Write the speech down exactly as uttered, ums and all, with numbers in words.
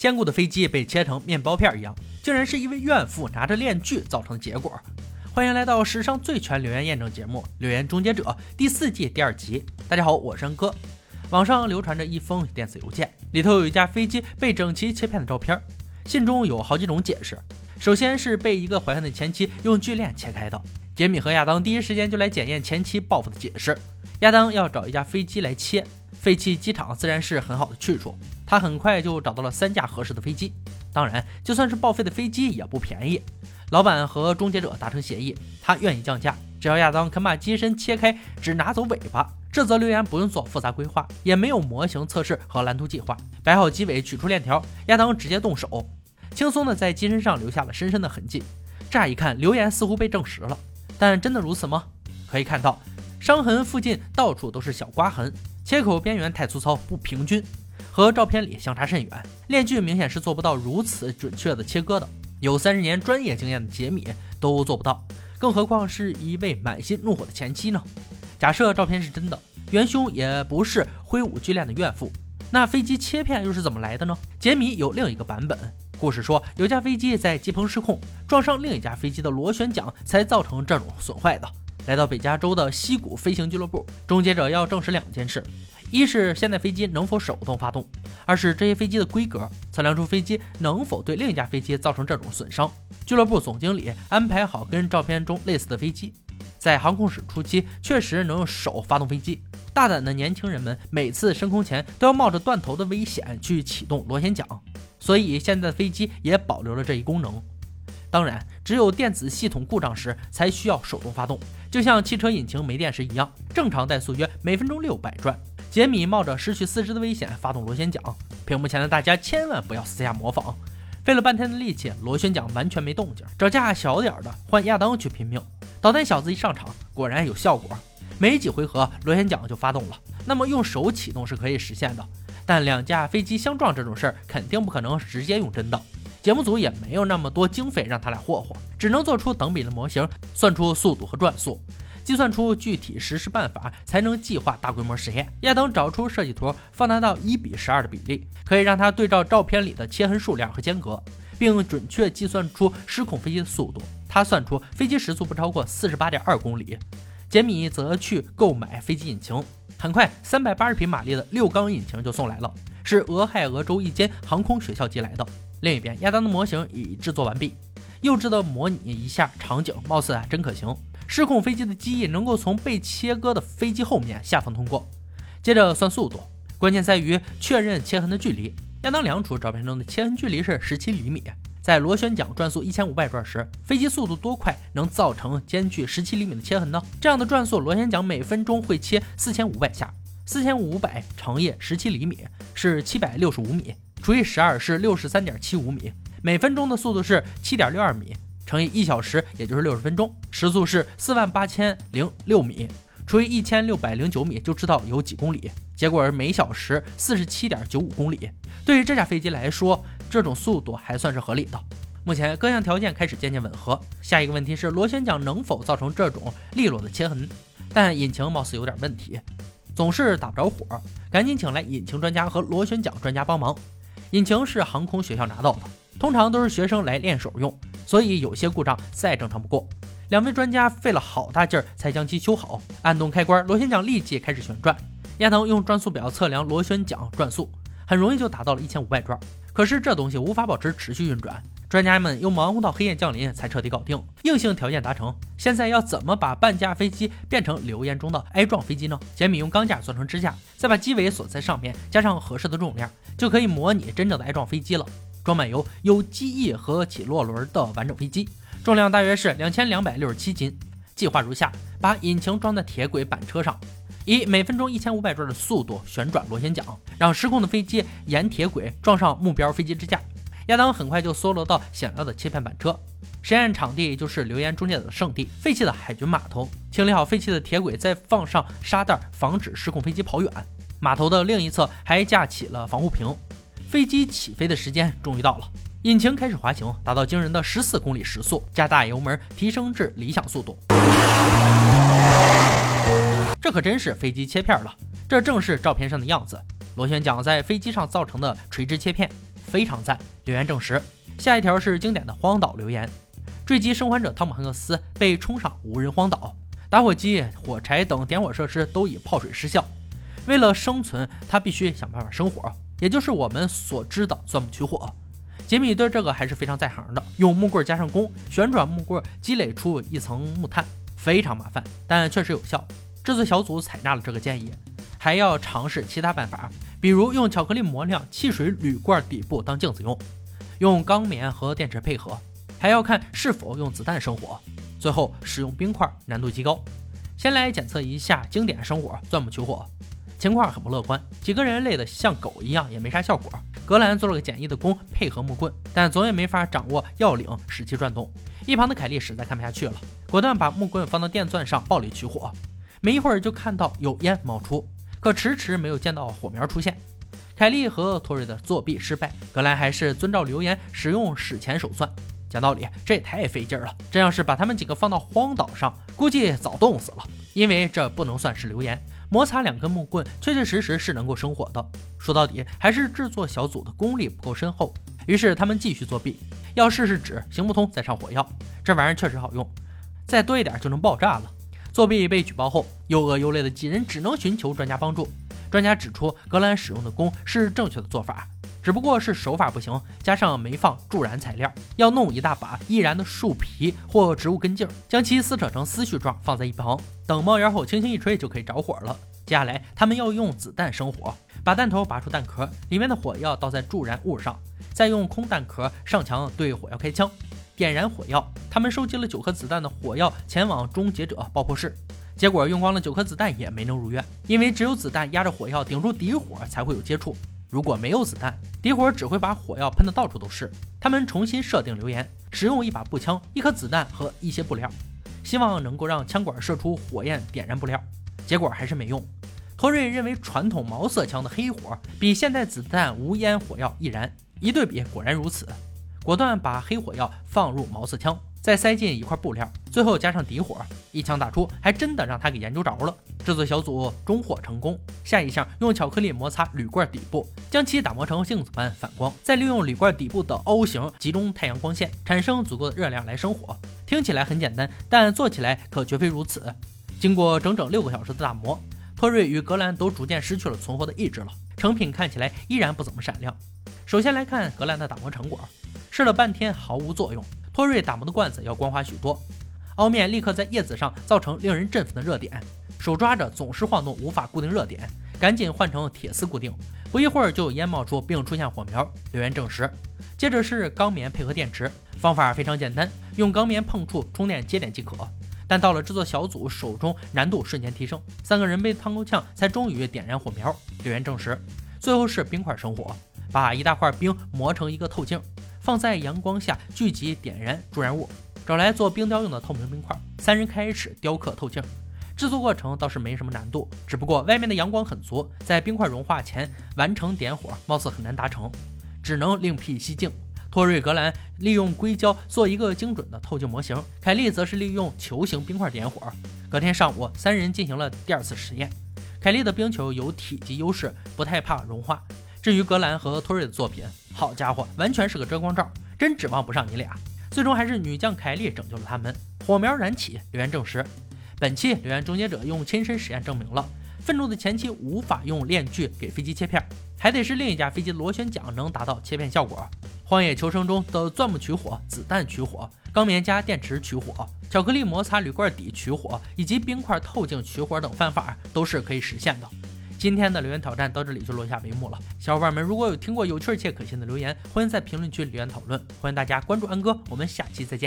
坚固的飞机被切成面包片一样，竟然是一位怨妇拿着链锯造成的结果。欢迎来到史上最全留言验证节目《留言终结者》第四季第二集。大家好，我是恩哥。网上流传着一封电子邮件，里头有一架飞机被整齐切片的照片。信中有好几种解释，首先是被一个怀恨的前妻用锯链切开的。杰米和亚当第一时间就来检验前妻报复的解释。亚当要找一架飞机来切，废弃机场自然是很好的去处。他很快就找到了三架合适的飞机，当然就算是报废的飞机也不便宜。老板和终结者达成协议，他愿意降价，只要亚当肯把机身切开，只拿走尾巴。这则留言不用做复杂规划，也没有模型测试和蓝图计划，摆好机尾，取出链条，亚当直接动手，轻松的在机身上留下了深深的痕迹。乍一看，留言似乎被证实了，但真的如此吗？可以看到，伤痕附近到处都是小刮痕，切口边缘太粗糙不平均，和照片里相差甚远。链锯明显是做不到如此准确的切割的，有三十年专业经验的杰米都做不到，更何况是一位满心怒火的前妻呢？假设照片是真的，元凶也不是挥舞巨链的怨妇，那飞机切片又是怎么来的呢？杰米有另一个版本，故事说有架飞机在机棚失控，撞上另一架飞机的螺旋桨才造成这种损坏的。来到北加州的溪谷飞行俱乐部，终结者要证实两件事，一是现代飞机能否手动发动，二是这些飞机的规格，测量出飞机能否对另一架飞机造成这种损伤。俱乐部总经理安排好跟照片中类似的飞机，在航空史初期确实能用手发动飞机。大胆的年轻人们每次升空前都要冒着断头的危险去启动螺旋桨，所以现在的飞机也保留了这一功能。当然，只有电子系统故障时才需要手动发动，就像汽车引擎没电时一样，正常怠速约每分钟六百转。杰米冒着失去四肢的危险发动螺旋桨，屏幕前的大家千万不要私下模仿。费了半天的力气，螺旋桨完全没动静，找架小点的换亚当去拼命。导弹小子一上场，果然有效果，没几回合螺旋桨就发动了。那么用手启动是可以实现的，但两架飞机相撞这种事儿肯定不可能直接用真的。节目组也没有那么多经费让他俩霍霍，只能做出等比的模型，算出速度和转速，计算出具体实施办法，才能计划大规模实验。亚当找出设计图，放大到一比十二的比例，可以让他对照照片里的切痕数量和间隔，并准确计算出失控飞机的速度。他算出飞机时速不超过 四十八点二公里。杰米则去购买飞机引擎，很快三百八十匹马力的六缸引擎就送来了，是俄亥俄州一间航空学校寄来的。另一边，亚当的模型已制作完毕，幼稚的模拟一下场景，貌似还真可行。失控飞机的机翼能够从被切割的飞机后面下方通过。接着算速度，关键在于确认切痕的距离。亚当量出照片中的切痕距离是十七厘米，在螺旋桨转速一千五百转时，飞机速度多快能造成间距十七厘米的切痕呢？这样的转速，螺旋桨每分钟会切四千五百下，四千五百乘以十七厘米是七百六十五米，除以十二是六十三点七五米，每分钟的速度是七点六二米，乘以一小时也就是六十分钟，时速是四万八千零六米，除以一千六百零九米就知道有几公里，结果每小时四十七点九五公里。对于这架飞机来说，这种速度还算是合理的。目前各项条件开始渐渐吻合，下一个问题是螺旋桨能否造成这种利落的切痕，但引擎貌似有点问题，总是打不着火，赶紧请来引擎专家和螺旋桨专家帮忙。引擎是航空学校拿到的，通常都是学生来练手用，所以有些故障再正常不过。两位专家费了好大劲儿才将其修好，按动开关，螺旋桨立即开始旋转。亚当用转速表测量螺旋桨转速，很容易就达到了一千五百转。可是这东西无法保持持续运转，专家们又忙活到黑夜降临才彻底搞定。硬性条件达成，现在要怎么把半架飞机变成留言中的挨撞飞机呢？杰米用钢架做成支架，再把机尾锁在上面，加上合适的重量，就可以模拟真正的挨撞飞机了。装满油，有机翼和起落轮的完整飞机，重量大约是两千两百六十七斤。计划如下：把引擎装在铁轨板车上，以每分钟一千五百转的速度旋转螺旋桨，让失控的飞机沿铁轨撞上目标飞机支架。亚当很快就搜罗到想要的切片板车。实验场地就是留言终结者的圣地——废弃的海军码头。清理好废弃的铁轨，再放上沙袋，防止失控飞机跑远。码头的另一侧还架起了防护屏。飞机起飞的时间终于到了，引擎开始滑行，达到惊人的十四公里时速，加大油门提升至理想速度。这可真是飞机切片了，这正是照片上的样子。螺旋桨在飞机上造成的垂直切片， 非常赞，留言证实。下一条是经典的荒岛留言，坠机生还者汤姆汉克斯被冲上无人荒岛，打火机、火柴等点火设施都已泡水失效，为了生存他必须想办法生火，也就是我们所知的钻木取火。杰米对这个还是非常在行的，用木棍加上弓，旋转木棍积累出一层木炭，非常麻烦，但确实有效。制作小组采纳了这个建议，还要尝试其他办法，比如用巧克力磨亮汽水铝罐底部当镜子用，用钢棉和电池配合，还要看是否用子弹生火，最后使用冰块，难度极高。先来检测一下经典生火钻木取火，情况很不乐观，几个人累得像狗一样也没啥效果。格兰做了个简易的弓配合木棍，但总也没法掌握要领使其转动。一旁的凯莉实在看不下去了，果断把木棍放到电钻上暴力取火，没一会儿就看到有烟冒出，可迟迟没有见到火苗出现。凯莉和托瑞的作弊失败，格兰还是遵照留言使用史前手钻。讲道理这也太费劲了，这要是把他们几个放到荒岛上，估计早冻死了。因为这不能算是留言，摩擦两根木棍确确实实是能够生火的。说到底还是制作小组的功力不够深厚，于是他们继续作弊，要试试纸行不通再上火药，这玩意儿确实好用，再多一点就能爆炸了。作弊被举报后，又饿又累的几人只能寻求专家帮助。专家指出格兰使用的弓是正确的做法，只不过是手法不行，加上没放助燃材料，要弄一大把易燃的树皮或植物根茎，将其撕扯成丝絮状放在一旁，等冒烟后轻轻一吹就可以着火了。接下来他们要用子弹生火，把弹头拔出弹壳，里面的火药倒在助燃物上，再用空弹壳上墙对火药开枪，点燃火药。他们收集了九颗子弹的火药前往终结者爆破室，结果用光了九颗子弹也没能如愿，因为只有子弹压着火药顶住底火才会有接触，如果没有子弹，底火只会把火药喷得到处都是。他们重新设定留言，使用一把步枪、一颗子弹和一些布料，希望能够让枪管射出火焰点燃布料，结果还是没用。托瑞认为传统毛瑟枪的黑火比现代子弹无烟火药易燃，一对比果然如此，果断把黑火药放入毛瑟枪，再塞进一块布料，最后加上底火，一枪打出，还真的让他给研究着了。制作小组终获成功。下一项用巧克力摩擦铝罐底部，将其打磨成镜子般反光，再利用铝罐底部的 O 型集中太阳光线，产生足够的热量来生火。听起来很简单，但做起来可绝非如此。经过整整六个小时的打磨，托瑞与格兰都逐渐失去了存活的意志了，成品看起来依然不怎么闪亮。首先来看格兰的打磨成果，试了半天毫无作用，托瑞打磨的罐子要光滑许多，凹面立刻在叶子上造成令人振奋的热点，手抓着总是晃动无法固定热点，赶紧换成铁丝固定，不一会儿就有烟冒出并出现火苗，留言证实。接着是钢棉配合电池，方法非常简单，用钢棉碰触充电接点即可，但到了制作小组手中难度瞬间提升，三个人背汤够呛才终于点燃火苗，留言证实。最后是冰块生火，把一大块冰磨成一个透镜，放在阳光下聚集点燃助燃物，找来做冰雕用的透明冰块，三人开始雕刻透镜。制作过程倒是没什么难度，只不过外面的阳光很足，在冰块融化前完成点火貌似很难达成，只能另辟蹊径。托瑞格兰利用硅胶做一个精准的透镜模型，凯莉则是利用球形冰块点火。隔天上午，三人进行了第二次实验。凯莉的冰球有体积优势，不太怕融化。至于格兰和托瑞的作品，好家伙，完全是个遮光罩，真指望不上你俩。最终还是女将凯莉拯救了他们，火苗燃起，留言证实。本期留言终结者用亲身实验证明了，愤怒的前期无法用链锯给飞机切片，还得是另一架飞机的螺旋桨能达到切片效果。荒野求生中的钻木取火、子弹取火、钢棉加电池取火、巧克力摩擦铝罐底取火以及冰块透镜取火等方法都是可以实现的。今天的留言挑战到这里就落下帷幕了，小伙伴们如果有听过有趣且可信的留言，欢迎在评论区留言讨论，欢迎大家关注安哥，我们下期再见。